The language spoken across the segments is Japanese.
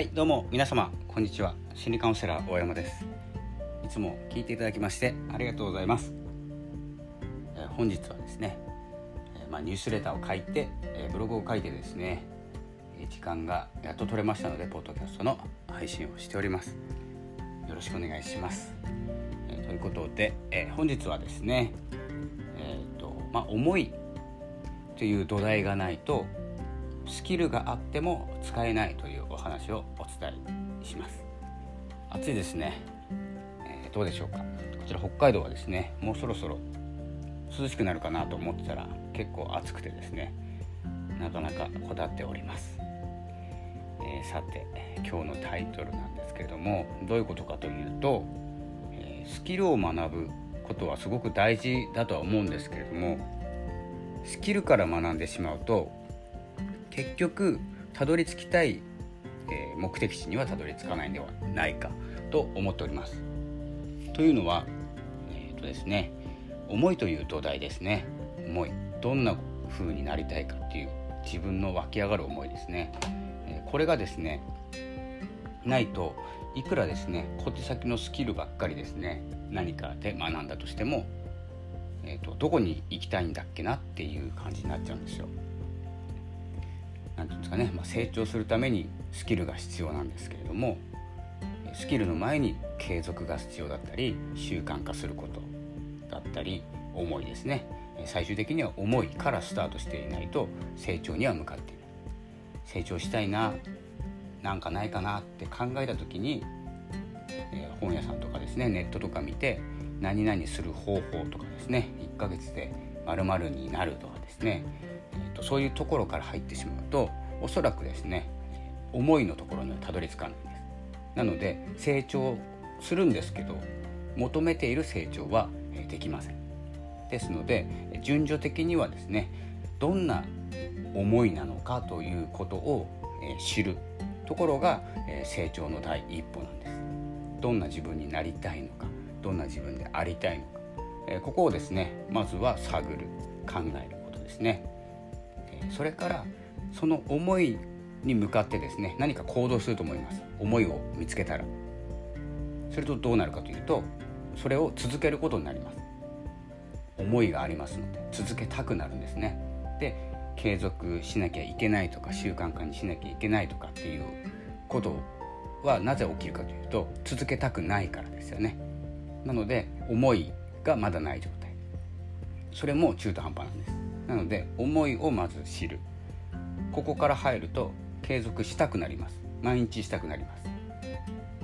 はい、どうも皆様こんにちは。心理カウンセラー大山です。いつも聞いていただきましてありがとうございます。本日はですね、ニュースレターを書いて、ブログを書いてですね、時間がやっと取れましたのでポッドキャストの配信をしております。よろしくお願いします。ということで、本日はですね、思いという土台がないとスキルがあっても使えないというお話をお伝えします。暑いですね、どうでしょうか。こちら北海道はですね、もうそろそろ涼しくなるかなと思ってたら結構暑くてですね、なかなかこだわっております。さて今日のタイトルなんですけれども、どういうことかというと、スキルを学ぶことはすごく大事だとは思うんですけれども、スキルから学んでしまうと結局たどり着きたい、目的地にはたどり着かないのではないかと思っております。というのは、ですね、思いという土台ですね。思い、どんな風になりたいかっていう自分の湧き上がる思いですね。これがですねないと、いくらですね小手先のスキルばっかりですね何かで学んだとしても、どこに行きたいんだっけなっていう感じになっちゃうんですよ。なんていうんですかね、成長するためにスキルが必要なんですけれども、スキルの前に継続が必要だったり、習慣化することだったり、思いですね。最終的には思いからスタートしていないと成長には向かっていない。成長したいな、なんかないかなって考えた時に、本屋さんとかですね、ネットとか見て何々する方法とかですね、1ヶ月で〇〇になるとかですね、そういうところから入ってしまうと、おそらくですね思いのところにはたどり着かないんです。なので成長するんですけど、求めている成長はできません。ですので順序的にはですね、どんな思いなのかということを知るところが成長の第一歩なんです。どんな自分になりたいのか、どんな自分でありたいのか、ここをですねまずは探る、考えることですね。それからその思いに向かってですね何か行動すると思います。思いを見つけたら、それとどうなるかというと、それを続けることになります。思いがありますので続けたくなるんですね。で、継続しなきゃいけないとか、習慣化にしなきゃいけないとかっていうことはなぜ起きるかというと、続けたくないからですよね。なので思いがまだない状態、それも中途半端なんです。なので思いをまず知る、ここから入ると継続したくなります。毎日したくなります。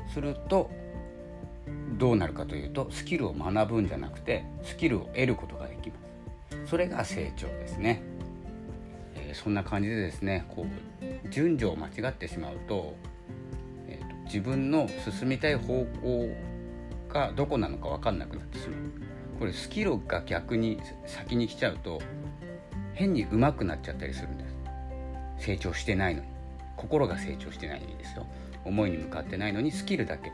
するとどうなるかというと、スキルを学ぶんじゃなくてスキルを得ることができます。それが成長ですね。そんな感じでですね、順序を間違ってしまうと、自分の進みたい方向がどこなのか分かんなくなってしまう。これスキルが逆に先に来ちゃうと変に上手くなっちゃったりするんです。成長してないのに、心が成長してないのにですよ、思いに向かってないのにスキルだけ、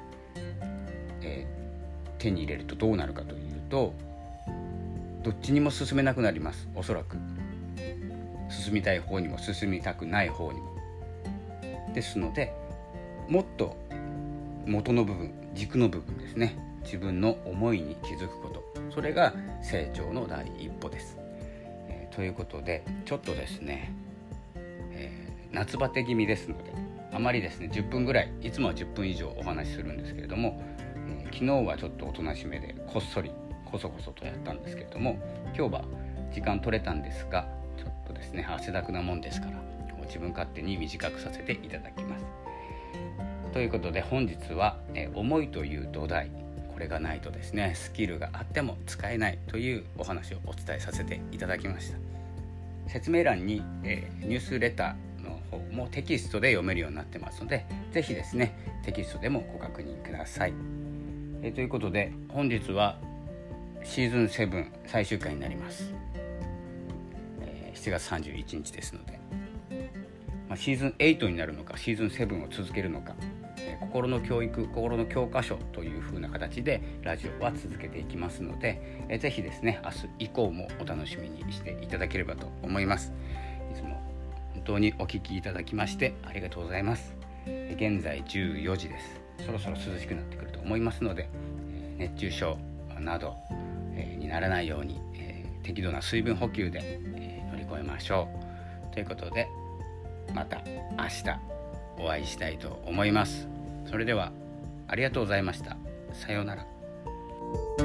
手に入れるとどうなるかというと、どっちにも進めなくなります。おそらく進みたい方にも進みたくない方にも。ですのでもっと元の部分、軸の部分ですね、自分の思いに気づくこと、それが成長の第一歩です。ということでちょっとですね、夏バテ気味ですので、あまりですね10分ぐらい、いつもは10分以上お話しするんですけれども、昨日はちょっとおとなしめでこっそりこそこそとやったんですけれども、今日は時間取れたんですが、ちょっとですね汗だくなもんですから自分勝手に短くさせていただきます。ということで本日は、思いという土台、これがないとですねスキルがあっても使えないというお話をお伝えさせていただきました。説明欄に、ニュースレターの方もテキストで読めるようになってますので、ぜひですねテキストでもご確認ください。ということで本日はシーズン7最終回になります。7月31日ですので、シーズン8になるのかシーズン7を続けるのか、心の教育、心の教科書という風な形でラジオは続けていきますので、ぜひですね明日以降もお楽しみにしていただければと思います。いつも本当にお聞きいただきましてありがとうございます。 現在14時です。そろそろ涼しくなってくると思いますので、熱中症などにならないように適度な水分補給で乗り越えましょうということで、また明日お会いしたいと思います。それではありがとうございました。さようなら。